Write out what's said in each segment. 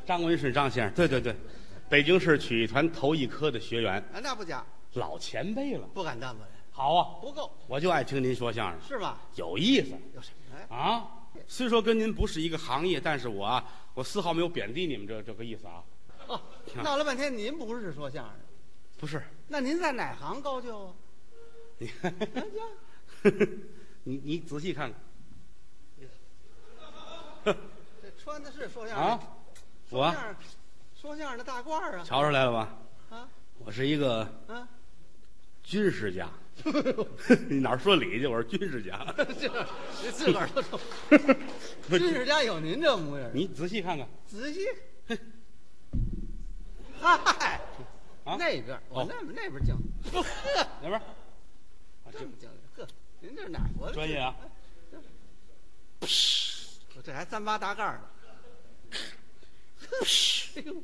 张文顺张先生，对对对，北京市曲艺团头一科的学员， 啊，那不假， 老前辈了。 不敢当不敢， 好啊， 不够我就爱听您说相声， 是吧？ 有意思有什么呀？ 啊。虽说跟您不是一个行业，但是我丝毫没有贬低你们这个意思啊。 哦，闹了半天您不是说相声的， 不是， 那您在哪行高就啊？ 你看，你仔细看看这穿的是说相声啊，我说相声的大褂啊！ 瞧出来了吧？ 啊， 我是一个啊， 军事家。你哪儿说理去？我是军事家。 这你自个儿都说，军事家有您这模样。 你仔细看看， 仔细，嗨， 啊那边我那边精， 那边啊， 这么精，呵，您这是哪国的？ 专业啊！ 我这还3-8大盖呢。哎呦，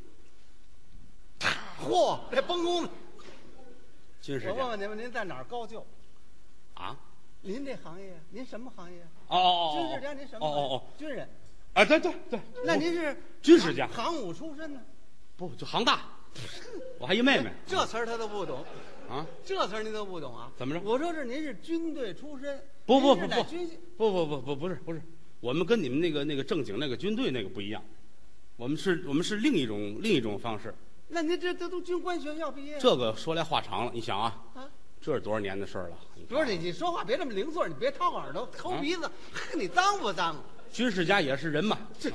嚯，这崩弓呢！ 军事家我问问您们，您在哪儿高就？ 啊？ 您这行业，您什么行业？ 哦， 军事家，您什么行业？军人。 啊，对对对， 那您是军事家， 航母出身呢？ 不就行大？我还一妹妹这词儿他都不懂啊， 这词儿您都不懂啊？ 怎么着？ 我说是您是军队出身， 不， 不是， 不是，我们跟你们那个正经那个军队那个不一样，我们是另一种方式。 那您这都军官学校毕业？ 这个说来话长了，你想啊， 啊， 这是多少年的事儿了？ 不是你说话别这么零碎，你别掏耳朵抠鼻子，你脏不脏？ 军事家也是人嘛。 这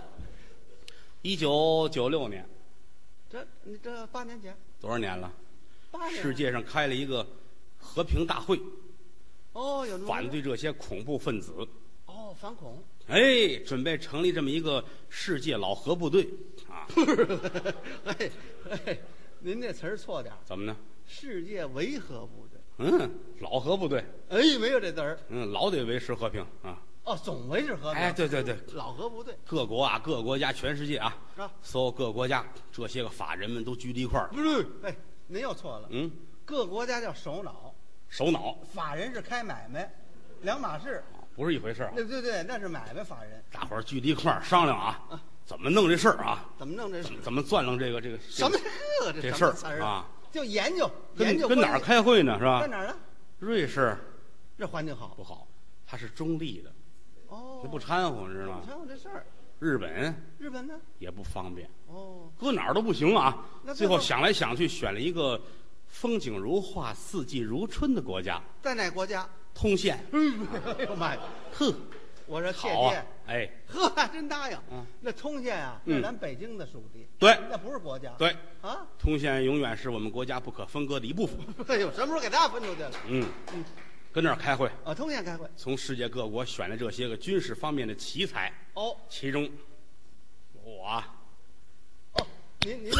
1996年， 你这8年前多少年了？ 8年。 世界上开了一个和平大会， 哦，有反对这些恐怖分子。 哦，反恐。 哎，准备成立这么一个世界老核部队啊！ 哎，您这词儿错点儿。 怎么呢？ 世界维和部队。 老核部队。 哎，没有这词儿。 老得维持和平啊。 哦，总维持和平。 哎，对， 老核部队。 各国啊，各国家，全世界啊， 啊， 所有各国家这些个法人们都聚在一块儿。 不是，哎，您又错了。各国家叫首脑， 法人是开买卖，两码事。 不是一回事啊。 对，那是买卖法人。 大伙儿聚在一块儿商量啊，怎么弄这事儿啊？ 怎么弄这事？ 怎么钻弄这个什么这事儿啊？ 就研究跟哪儿开会呢？是吧？ 在哪儿呢？ 瑞士， 这环境好不好？它是中立的， 哦， 它不掺和，你知道吗？ 掺和这事儿。 日本呢也不方便， 哦， 搁哪儿都不行啊。 那最后想来想去，选了一个风景如画、四季如春的国家。 在哪国家？ 通县。 哎呦妈呀！ 呵， 我说切好啊切， 哎， 呵，还真答应。那通县啊，是咱北京的属地。 对， 那不是国家。 对啊， 通县永远是我们国家不可分割的一部分。 哎呦，什么时候给他分出去了？ 跟那儿开会啊，通县开会， 从世界各国选了这些个军事方面的奇才。 哦， 其中我啊， 哦，您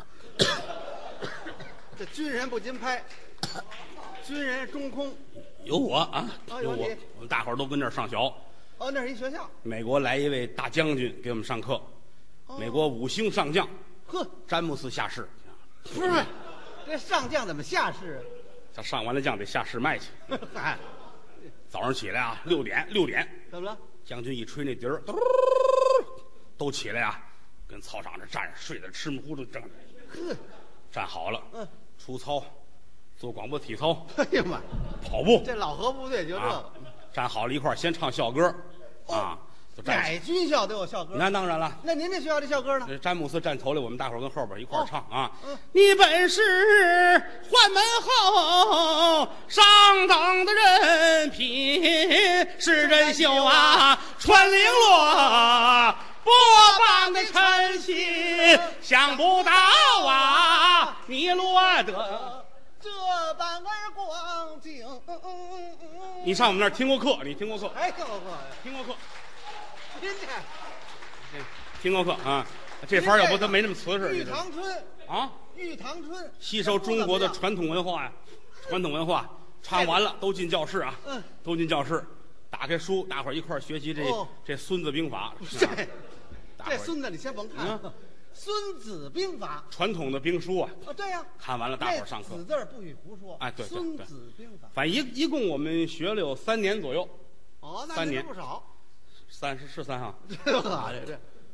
这军人不禁拍，军人中空， 有我啊，有有你我们大伙儿都跟这儿上学。 哦，那是一学校。 美国来一位大将军给我们上课，美国5星上将， 呵， 詹姆斯下士。 不是，这上将怎么下士啊？ 他上完了将得下士卖去。 嗨， 早上起来啊，6点， 怎么了？ 将军一吹那笛儿，都起来啊，跟操场上站着，睡得吃糊涂，站好了，出操，做广播体操， 哎呀妈， 跑步， 这老核部队就这个， 站好了一块儿先唱校歌， 哪军校都有校歌。 那当然了。 那您这学校的校歌呢？ 詹姆斯站头里，我们大伙儿跟后边一块儿唱啊。你本是宦门后上等的人品，是真秀啊，穿绫罗，波般的晨曦，想不到啊，你落得这般儿光景。 你上我们那儿听过课？你听过课？ 哎，听过课， 听过课。 您这听过课啊？这番要不他没那么瓷实。 玉堂春啊， 玉堂春吸收中国的传统文化呀，传统文化唱完了都进教室啊，都进教室，打开书，大伙儿一块儿学习这《孙子兵法》。 这孙子你先甭看，《孙子兵法》 传统的兵书啊。 对呀， 看完了大伙儿上课。 子字不许胡说。 哎，对，《 孙子兵法》。 反正一共我们学了有3年左右。 哦，那 3年不少。 是3哈。 这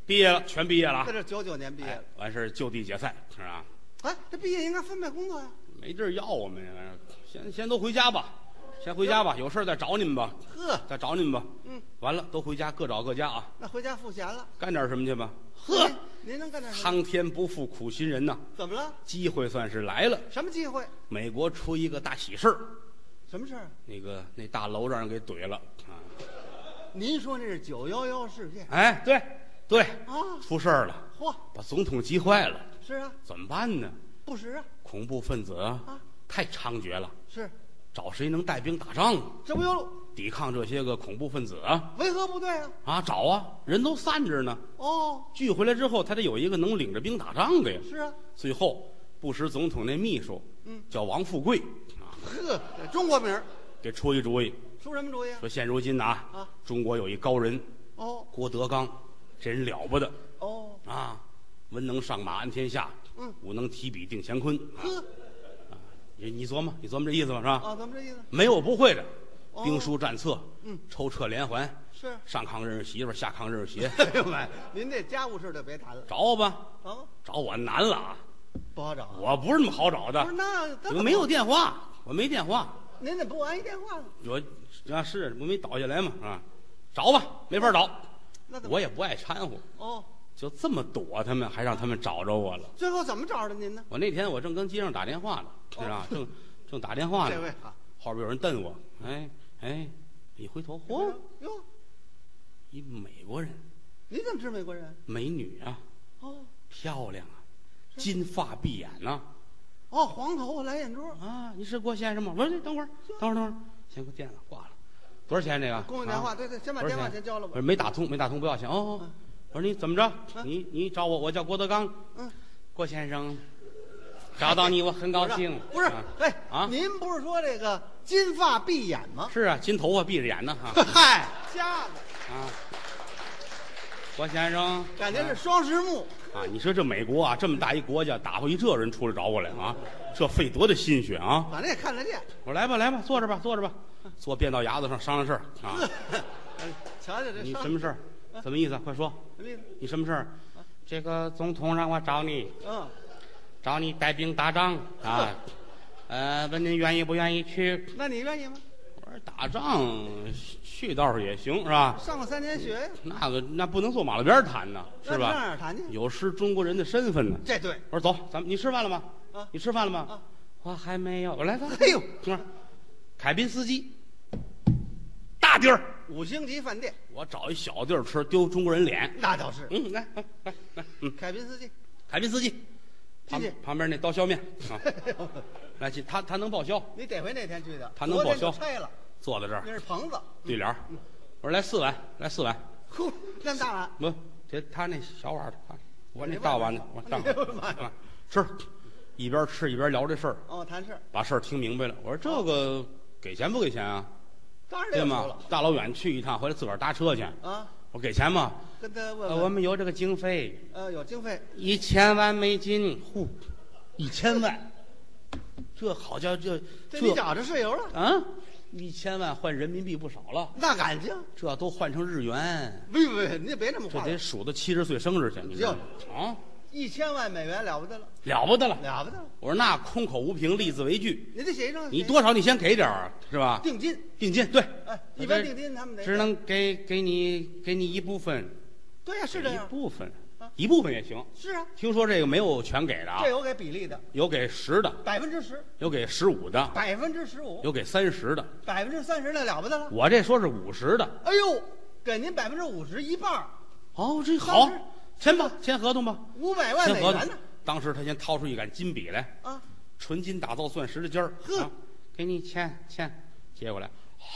毕业了，全毕业了啊在！这99年毕业了。 完事儿就地解散是吧？ 哎，这毕业应该分配工作呀。 没地儿要我们呀，先都回家吧，先回家吧，有事儿再找你们吧， 呵， 再找你们吧。 嗯， 完了都回家，各找各家啊， 那回家赋闲了。 干点什么去吧。呵， 您能干点什么？ 苍天不负苦心人呐， 怎么了？ 机会算是来了。 什么机会？ 美国出一个大喜事儿， 什么事儿？ 那大楼让人给怼了啊！ 您说那是911事件哎，对， 啊？ 出事儿了， 嚯， 把总统急坏了， 是啊， 怎么办呢？ 不实啊恐怖分子啊， 太猖獗了， 是， 找谁能带兵打仗啊？ 这不有抵抗这些个恐怖分子啊？ 维和部队啊？ 啊，找啊，人都散着呢， 哦， 聚回来之后，他得有一个能领着兵打仗的呀。 是啊， 最后，布什总统那秘书，叫王富贵啊， 呵，这中国名儿给出一主意， 出什么主意啊？ 说现如今呐， 啊中国有一高人哦郭德纲，这人了不得哦， 啊，文能上马安天下，武能提笔定乾坤。 呵， 你琢磨这意思吧，是吧？ 啊，怎么这意思？ 没有不会的， 哦兵书战策，抽撤连环， 是。 上炕认识媳妇儿，下炕认识鞋， 哎呦喂，您这家务事就别谈了找我吧， 啊， 找我难了啊！ 不好找啊。 我不是那么好找的不是，那我没有电话，我没电话， 您怎么不按一电话呢？ 我没倒下来嘛啊，找吧，没法找， 那怎么？ 我也不爱掺和， 哦， 就这么躲他们，还让他们找着我了。 最后怎么找着您呢？ 我那天我正跟街上打电话呢，是吧？正打电话呢， 这位啊， 后边有人瞪我，哎，一回头，嚯， 哟， 一美国人， 你怎么是美国人？ 美女啊， 哦漂亮啊，金发碧眼呐， 哦，黄头发蓝眼珠， 啊，你是郭先生吗？我说等会儿，先给我电了，挂了，多少钱这个？ 公用电话，对，先把电话先交了吧。 我说没打通不要钱哦。我说你怎么着？你找我，我叫郭德纲。郭先生，找到你我很高兴。 不是，哎啊， 您不是说这个金发碧眼吗？ 是啊，金头发闭着眼呢哈。 嗨，瞎子啊，郭先生， 感觉是双实木。 啊，你说这美国啊，这么大一国家，打发一这人出来找我来啊，这费多大心血啊！ 反正也看得见。 我说来吧，坐着吧，坐便道牙子上商量事儿啊。 瞧瞧这你什么事儿？什么意思？快说。 什么意思？ 你什么事儿？这个总统让我找你，找你带兵打仗啊。问您愿意不愿意去？ 那你愿意吗？ 我说打仗去倒是也行，是吧？ 上过3年学呀。 那不能坐马路边谈呢，是吧？ 上哪儿谈去？ 有失中国人的身份呢。 这对。 我说走，咱们你吃饭了吗？ 啊， 你吃饭了吗？ 啊， 我还没有。我来， 哎呦， 哥们儿，凯宾斯基，大地儿 5星级饭店。 我找一小地儿吃，丢中国人脸。 那倒是。 来， 凯宾斯基， 凯宾斯基， 进去旁边那刀削面啊，来进，他能报销， 你得回那天去的。 他能报销昨天就拆了， 坐在这儿那是棚子。 对联儿。我说来4碗，来4碗。 呼，那么大碗。 不，他那小碗的，我那大碗的，我上吃，一边吃一边聊这事儿。 哦，谈事。 把事儿听明白了。我说这个给钱不给钱啊？ 当然对吗得了？ 大老远去一趟，回来自个儿搭车去。 啊， 我给钱吗？ 跟他问问。 我们有这个经费， 有经费。 1000万美金。呼，1000万，这好家伙，这你找着税油了啊！1000万换人民币不少了， 那感情。 这都换成日元。 不，您别这么话。 这得数到70岁生日去，你知道吗？啊 ，1000万美元了不得了， 了不得了， 了不得了！ 我说那空口无凭，立字为据。 你得写一张。 你多少你先给点儿是吧？ 定金， 定金对。 哎，一般定金他们得只能给你一部分。 对呀，是这样。 一部分也行。 是啊。 听说这个没有全给的啊？ 这有给比例的， 有给10的 10%， 有给15的 15%， 有给30的 30%那了不得了。 我这说是50的。 哎呦，给您50%，一半。 哦，这好，签吧，签合同吧。 500万美元呢。 当时他先掏出一杆金笔来啊， 纯金打造钻石的尖儿。 呵， 给你签，接过来。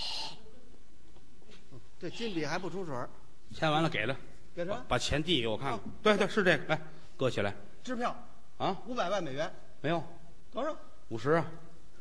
这金笔还不出水。 签完了给他。 给他把钱递给我看看。对，是这个，来搁起来。 支票啊 ，500万美元。 没有。 多少 ？50啊。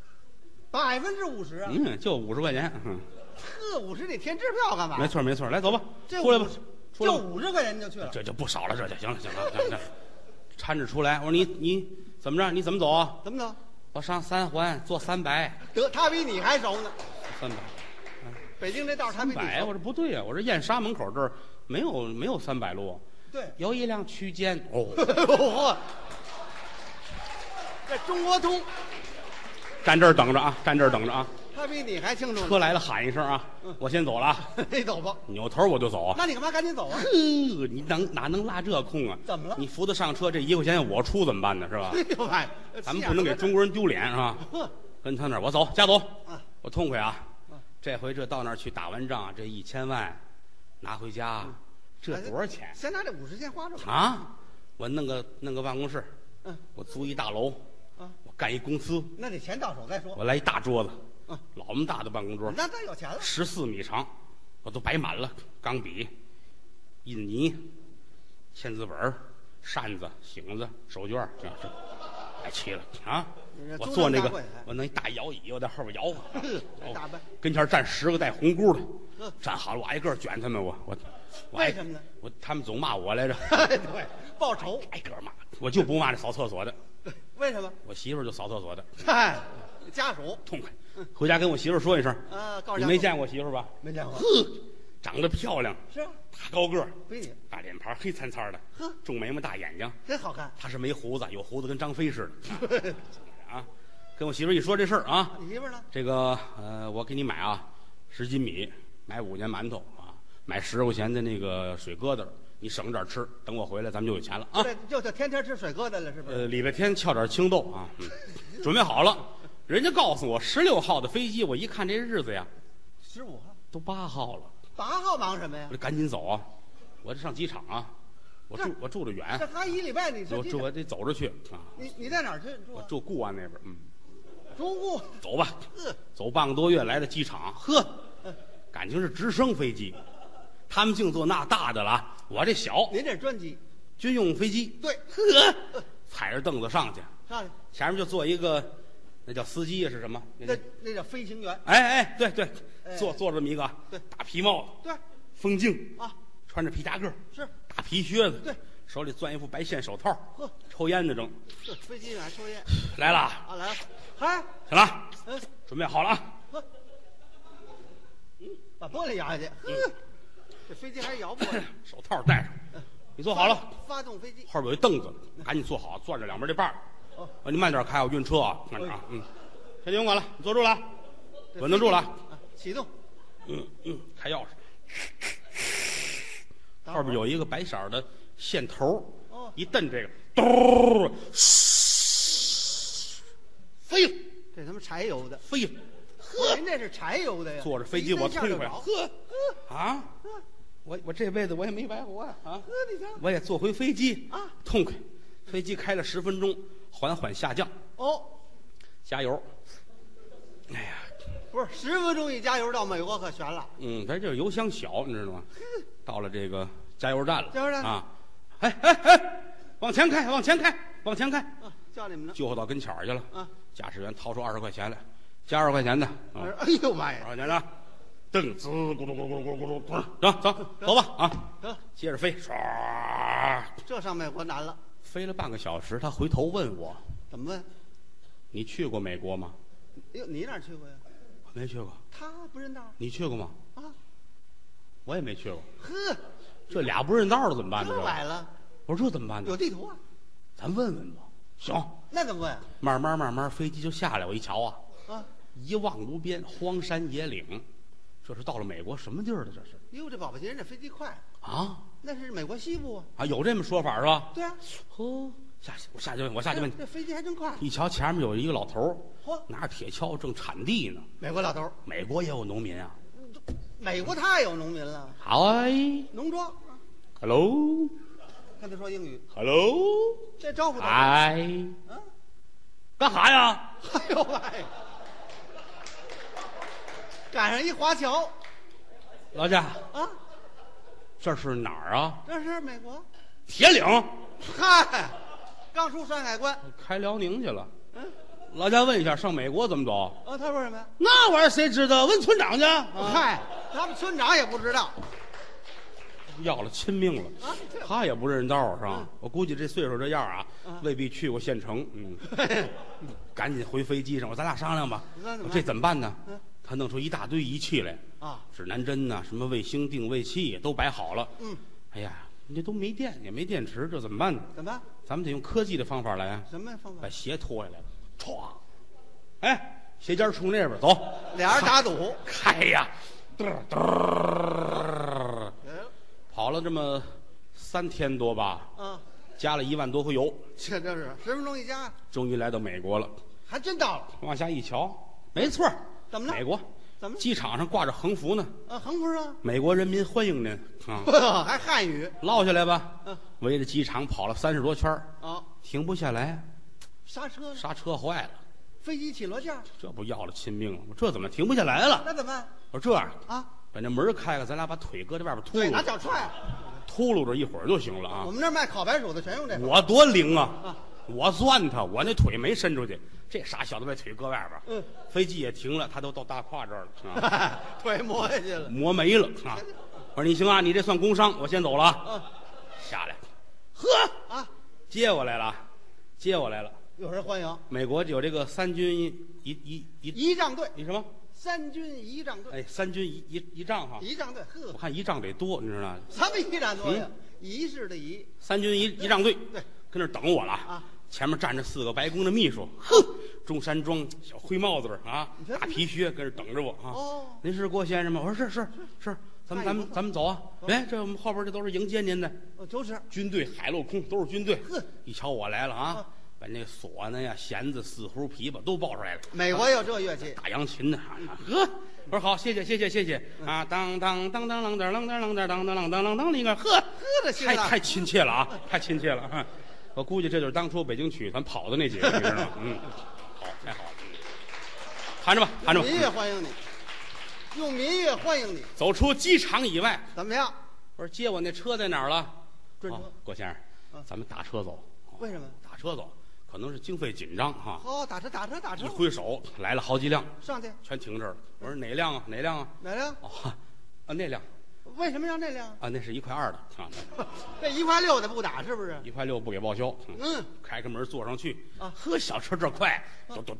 50%啊。 就50块钱。 呵，50得填支票干嘛？ 没错，来走吧，出来吧， 就50块钱你就去了。 这就不少了，这就行了。搀着出来，我说你怎么着？你怎么走啊？ 怎么走？ 我上3环坐300。 得，他比你还熟呢。 300。 北京这道他比你熟。 我说不对呀，我说燕莎门口这儿没有300路， 对， 有一辆区间哦， 嚯，这中国通， 站这儿等着啊，站这儿等着啊。 他比你还清楚呢。 车来了喊一声啊，我先走了啊， 你走吧。 扭头我就走啊。 那你干嘛赶紧走啊？ 呵，你哪能拉这空啊？ 怎么了你扶他上车，这1块钱我出怎么办呢？是吧？ 哎呦妈呀！ 咱们不能给中国人丢脸是吧？ 呵， 跟他那儿我走，家走啊， 我痛快啊！这回这到那儿去打完仗，这1000万拿回家，这多少钱先拿这50钱花着吧。 啊？我弄个办公室， 嗯， 我租一大楼， 啊， 我干一公司， 那得钱到手再说。 我来一大桌子， 嗯， 老么大的办公桌， 那有钱了。 14米长，我都摆满了，钢笔、印泥、签字本、扇子、醒子、手绢，这摆齐了啊！我坐那个，我弄一大摇椅，我在后边摇， 大班跟前站10个戴红箍的， 嗯站好了，我挨个卷他们，我为什么呢？ 他们总骂我来着， 对，报仇。 挨个骂，我就不骂那扫厕所的， 为什么？ 我媳妇儿就扫厕所的， 嗨，家属。 痛快。回家跟我媳妇儿说一声， 告诉你没见过我媳妇儿吧？ 没见过。 呵，长得漂亮， 是啊， 大高个儿， 比你大脸盘，黑灿灿的， 呵， 重眉毛，大眼睛。 真好看。 他是没胡子，有胡子跟张飞似的。啊，跟我媳妇儿一说这事儿啊， 你媳妇呢？ 这个我给你买啊10斤米，买5年馒头啊，买10块钱的那个水疙瘩，你省着点吃，等我回来咱们就有钱了啊。 对，就天天吃水疙瘩了，是不是？ 礼拜天翘点青豆啊，准备好了。人家告诉我16号的飞机，我一看这日子呀 15号， 都8号了， 8号忙什么呀我？得赶紧走啊，我得上机场啊，我住得远这，还1礼拜，你说我得走着去啊。 你在哪儿去住啊？ 我住固安那边， 中固。 走吧，走半个多月来到机场，呵，感情是直升飞机，他们净坐那大的了啊，我这小您这专机。 军用飞机， 对， 呵，踩着凳子上去， 上去。 前面就坐一个，那叫司机是什么？ 那叫飞行员。 哎，对， 哎坐这么一个， 对， 大皮帽子， 对， 风镜啊， 穿着皮夹克， 是大皮靴子， 对， 手里攥一副白线手套， 呵， 抽烟呢正。 是飞机员抽烟。 来了， 啊，来了，嗨， 行了， 嗯， 准备好了啊。 呵，把玻璃摇下去。呵，这飞机还摇玻璃。 手套戴上，你坐好了。 发动飞机。 后边有一凳子，赶紧坐好，攥着两边这把儿。 哦， 你慢点开，我晕车啊，慢点啊。先别管了，你坐住了啊，稳得住了啊。 启动。 开钥匙。后边有一个白色的线头，一蹬这个，嘟，飞了， 这他妈柴油的。 飞了。 您这是柴油的呀？ 坐着飞机我痛快， 呵， 啊，我这辈子我也没白活呀啊！ 你瞧， 我也坐回飞机啊， 痛快。飞机开了10分钟，缓缓下降。 哦， 加油！哎呀， 不是10分钟一加油到美国可悬了。 咱这油箱小，你知道吗？到了这个加油站了。 加油站啊！哎，往前开，往前开，往前开！ 啊，叫你们呢。 救到跟前儿去了。 啊， 驾驶员掏出20块钱来，加20块钱的。 哎呦妈 20 呀！ 块钱的，蹬滋咕噜咕噜咕噜咕噜，走吧啊！ 得， 接着飞，唰， 这上美国难了。 飞了半个小时，他回头问我怎么问？：“ 你去过美国吗哟，你哪儿去过呀？？” 我没去过。 他不认道你去过吗？ 啊？ 我也没去过。 呵， 这俩不认道的怎么办呢？ 这崴了， 我说这怎么办呢？ 有地图啊？ 咱问问吧。行， 那怎么问？ 慢慢，飞机就下来。我一瞧啊， 啊， 一望无边，荒山野岭，这是到了美国什么地儿了？这是哟，这宝宝人这飞机快， 啊那是美国西部啊。 啊，有这么说法是吧？ 对啊， 呵，我下去问。 这飞机还真快。 一瞧前面有一个老头嚯， 拿着铁锹正铲地呢。 美国老头儿， 美国也有农民啊。 美国太有农民了， 嗨农庄。 ，hello， 跟他说英语， hello， 这招呼他。 嗨， 啊， 干哈呀？ 哎呦妈呀！赶上一华侨老家， 啊， 这是哪儿啊？ 这是美国。 铁岭， 嗨，刚出山海关。 开辽宁去了。 嗯， 老家问一下，上美国怎么走？ 啊，他说什么呀？ 那玩意儿谁知道？问村长去。 嗨，他们村长也不知道。 要了亲命了。 啊，这他也不认道是吧？我估计这岁数这样啊， 嗯未必去过县城。赶紧回飞机上，我咱俩商量吧那怎么办。 这怎么办呢嗯？ 他弄出一大堆仪器来， 啊， 指南针呐，什么卫星定位器都摆好了。 嗯， 哎呀， 人家都没电，也没电池，这怎么办呢？ 怎么？ 咱们得用科技的方法来啊！ 什么方法把？鞋脱下来，歘，哎，鞋尖冲那边走， 俩人打赌， 开呀，跑了这么3天多吧， 啊， 加了1万多回油， 这是10分钟一加， 终于来到美国了。 还真到了。 往下一瞧，没错儿， 怎么了？ 美国怎么了？ 机场上挂着横幅呢， 横幅上美国人民欢迎您啊！ 还汉语。 落下来吧， 嗯， 围着机场跑了30多圈儿， 哦， 停不下来， 刹车呢？ 刹车坏了， 飞机起落架， 这不要了亲命了？我这怎么停不下来了？ 那怎么办我说这样， 啊？ 把那门开开，咱俩把腿搁在外边秃对，拿噜， 脚踹。 秃噜着一会儿就行了啊我！们那儿卖烤白薯的全用这个。 我多灵啊！ 啊， 我钻他，我那腿没伸出去，这傻小子把腿搁外边。 嗯， 飞机也停了，他都到大胯这儿了啊， 腿磨下去了。 磨没了啊！我说你行啊，你这算工伤，我先走了啊。 啊下来，呵， 啊， 接我来了，接我来了。 有人欢迎。 美国有这个3军仪仗队， 什么？ 3军仪仗队， 哎，3军仪仗哈。 仪仗队， 我呵， 看仪仗得多，你知道吗？ 什么仪仗队呀？仪式的仪。 3军仪仗队， 对， 跟那儿等我了啊。 前面站着4个白宫的秘书，哼，中山装，小灰帽子啊你，瞧大皮靴，跟这等着我啊。 哦， 您是郭先生吗？我说是，咱们走啊！哎，这我们后边这都是迎接您的就是。 军队，海陆空都是军队。 呵， 一瞧我来了啊，把那唢呐呀、弦子、四胡、琵琶都抱出来了。 美国也有这乐器。 大扬琴呢，呵，我说好，谢谢啊，当当当当啷当啷当啷当当当啷当啷当，那个呵， 这新郎太亲切了啊，太亲切了啊！我估计这就是当初北京曲艺团跑的那几个，你知道吗？嗯，好，太好了，含着吧，含着吧。 民乐欢迎你，用民乐欢迎你， 走出机场以外， 怎么样？ 我说接我那车在哪儿了？ 专车。 郭先生，咱们打车走。 为什么？ 打车走，可能是经费紧张哈。 哦，打车。 一挥手，来了好几辆， 上去。 全停这儿了。我说哪辆啊？哪辆啊？ 哪辆？ 哦，啊那辆。 为什么要那辆？ 啊，那是1.2块的啊， 这1.6块的不打是不是？ 1.6块不给报销。 嗯， 开开门坐上去啊， 呵，小车这快， 这1.6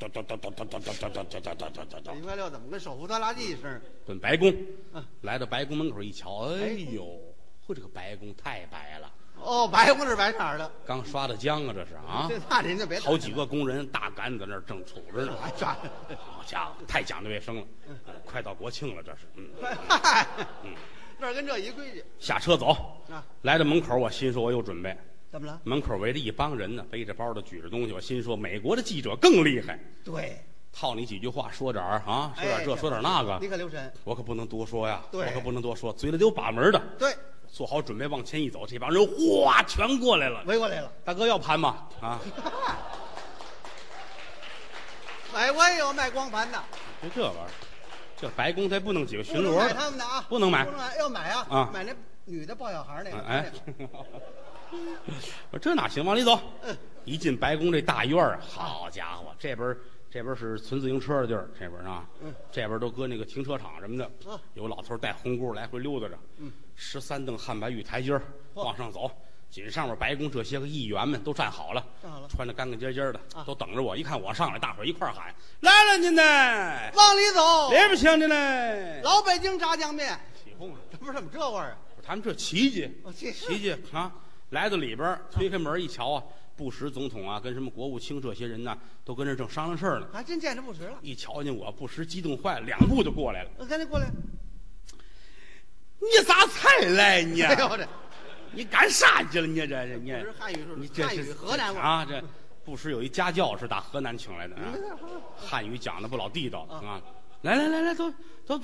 怎么跟手扶拖拉机似的？ 奔白宫嗯， 来到白宫门口一瞧，哎呦，呵，这个白宫太白了， 哦，白宫是白色的。 刚刷的浆啊，这是啊， 这那您就别打好几个工人大杆在那儿正杵着呢， 还抓。 好家伙，太讲究卫生了，快到国庆了，这是， 嗨，那儿跟这一规矩。 下车走啊， 来到门口，我心说我有准备， 怎么了？ 门口围着一帮人呢，背着包的举着东西，我心说美国的记者更厉害， 对， 套你几句话，说点儿啊，说点哎这，说点那个， 你可留神。 我可不能多说呀， 对我可不能多说，嘴里得有把门的。 对， 做好准备往前一走，这帮人哗全过来了。 围过来了。 大哥要盘吗？啊， 美国也有卖光盘的， 就这玩意儿，这白宫才不弄几个巡逻不能买的， 他们的啊， 不能买不能买，要买啊， 啊买那女的抱小孩那个。 哎，我说这哪行？往里走。一进白宫这大院儿，好家伙，这边是存自行车的地儿，这边啊，这边都搁那个停车场什么的。有老头带红箍来回溜达着，13蹬汉白玉台阶儿往上走。紧上面白宫这些个议员们都站好了，穿得干干净净的，都等着我。一看我上来，大伙儿一块儿喊：“来了您呢！ 往里走， 里边请您呢！” 老北京炸酱面， 起哄啊！ 这不是怎么这玩意儿？ 他们这奇迹， 奇迹啊！来到里边，推开门一瞧啊，布什总统啊，跟什么国务卿这些人呢，都跟这正商量事儿呢。 还真见着布什了。 一瞧见我，布什激动坏了，2步就过来了。 赶紧过来！ 你咋才来呢？ 哎呦这， 你干啥去了？你这你不是汉语是你这汉语河南话啊？这布什有一家教是打河南请来的啊，汉语讲的不老地道啊。来，坐，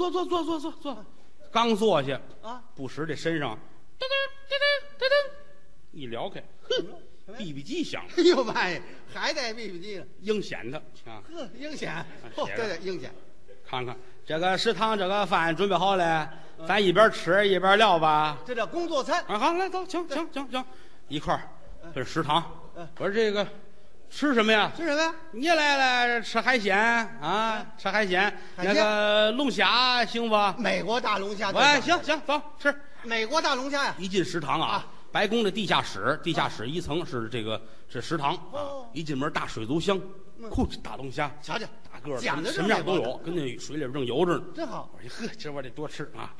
刚坐下啊， 布什这身上噔一撩开，哼，BB 机响了。 哎呦妈呀，还带 BB 机呢？ 应显的啊， 呵，应显， 写着对，应显。 看看这个食堂这个饭准备好了，咱一边吃一边聊吧。 这叫工作餐。 啊，好，来走，行，一块儿，这是食堂。我说这个吃什么呀？ 吃什么呀？ 你来了，吃海鲜啊，吃海鲜。那个龙虾行不？ 美国大龙虾。 哎，行，走吃。 美国大龙虾呀！ 一进食堂啊，白宫的地下室1层是这个是食堂啊。一进门大水族箱，嚯，这大龙虾， 瞧瞧， 大个儿， 讲的什么样都有，跟那水里边正游着呢。 真好。 我说呵，今儿我得多吃啊。来，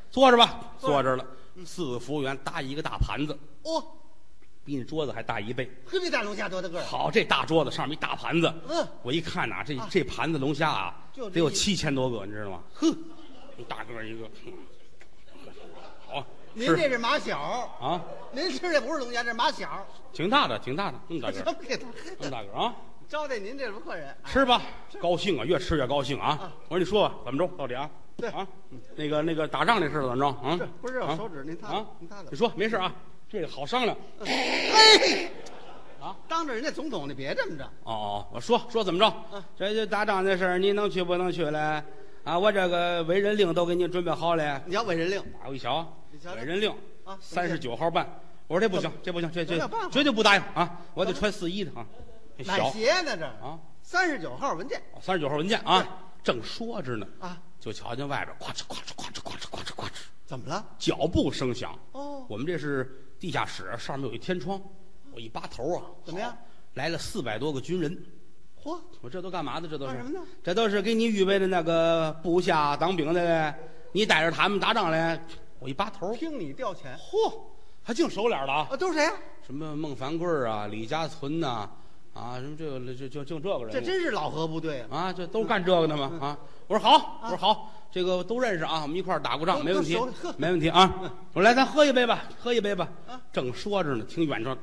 坐着吧，坐着了。4个服务员搭一个大盘子， 哦， 比你桌子还大1倍。 可比咱龙虾多大个儿。 好，这大桌子上面一大盘子，我一看呐，这盘子龙虾啊， 就得有7000多个，你知道吗？呵，大个儿一个。好， 您这是马小啊？ 您吃的不是龙虾，这是马小， 挺大的，挺大的，那么大个儿，那么大个儿啊！ 招待您这种客人， 吃吧，高兴啊，越吃越高兴啊！我说你说吧，怎么着？到底啊？ 对啊，那个打仗这事怎么着啊？ 不是手指您踏啊， 您踏你说没事啊，这个好商量。 哎， 啊， 当着人家总统你别这么着。 哦，我说怎么着？这打仗的事儿你能去不能去嘞？啊，我这个委任令都给你准备好了。 你要委任令？ 打我一瞧，委任令啊 ，39号办。我说这不行，这不行，这有办法绝对不答应啊！我得传41的啊。 买鞋呢这啊 ，39号文件 ，39号文件啊，正说着呢啊， 就瞧见外边咵哧咵哧咵哧咵哧咵哧咵哧， 怎么了？ 脚步声响。 哦， 我们这是地下室，上面有一天窗，我一扒头啊， 怎么样？ 来了400多个军人。 嚯， 我这都干嘛的？这都是干什么呢？ 这都是给你预备的那个部下当兵的嘞，你带着他们打仗嘞。我一扒头， 听你调遣。 嚯，还净熟脸了啊！ 都是谁呀？ 什么孟凡贵啊，李家存呐，啊，什么这个就这个人， 这真是老河部队啊！ 啊，这都干这个的吗？啊，我说好，我说好，这个都认识啊，我们一块儿打过仗，没问题，没问题啊。我说来，咱喝一杯吧，喝一杯吧。正说着呢，听远处，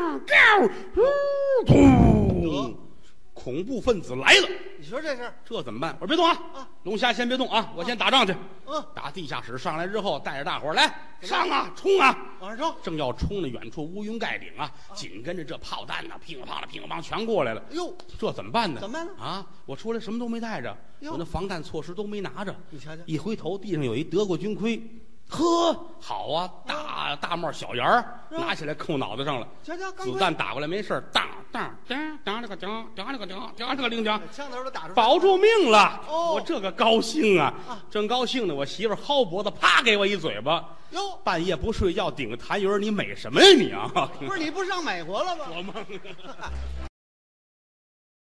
咚，恐怖分子来了。 你说这事儿， 这怎么办？我说别动啊，龙虾先别动啊，我先打仗去。打地下室上来之后，带着大伙儿来上啊，冲啊！ 往上冲！ 正要冲呢，远处乌云盖顶啊，紧跟着这炮弹呢，乒乓的乒乓全过来了。 哟， 这怎么办呢？ 怎么办呢？ 啊，我出来什么都没带着，我那防弹措施都没拿着。 你瞧瞧， 一回头，地上有一德国军盔，呵，好啊，大帽小檐儿，拿起来扣脑袋上了。 瞧瞧， 子弹打过来没事，当当当当这个当当这个当当这个铃铛， 枪头都打出来， 保住命了。 哦， 我这个高兴啊，正高兴呢，我媳妇儿薅脖子，啪给我一嘴巴。 哟， 半夜不睡觉顶个痰盂儿，你美什么呀你啊？ 不是你不上美国了吗？ 我梦。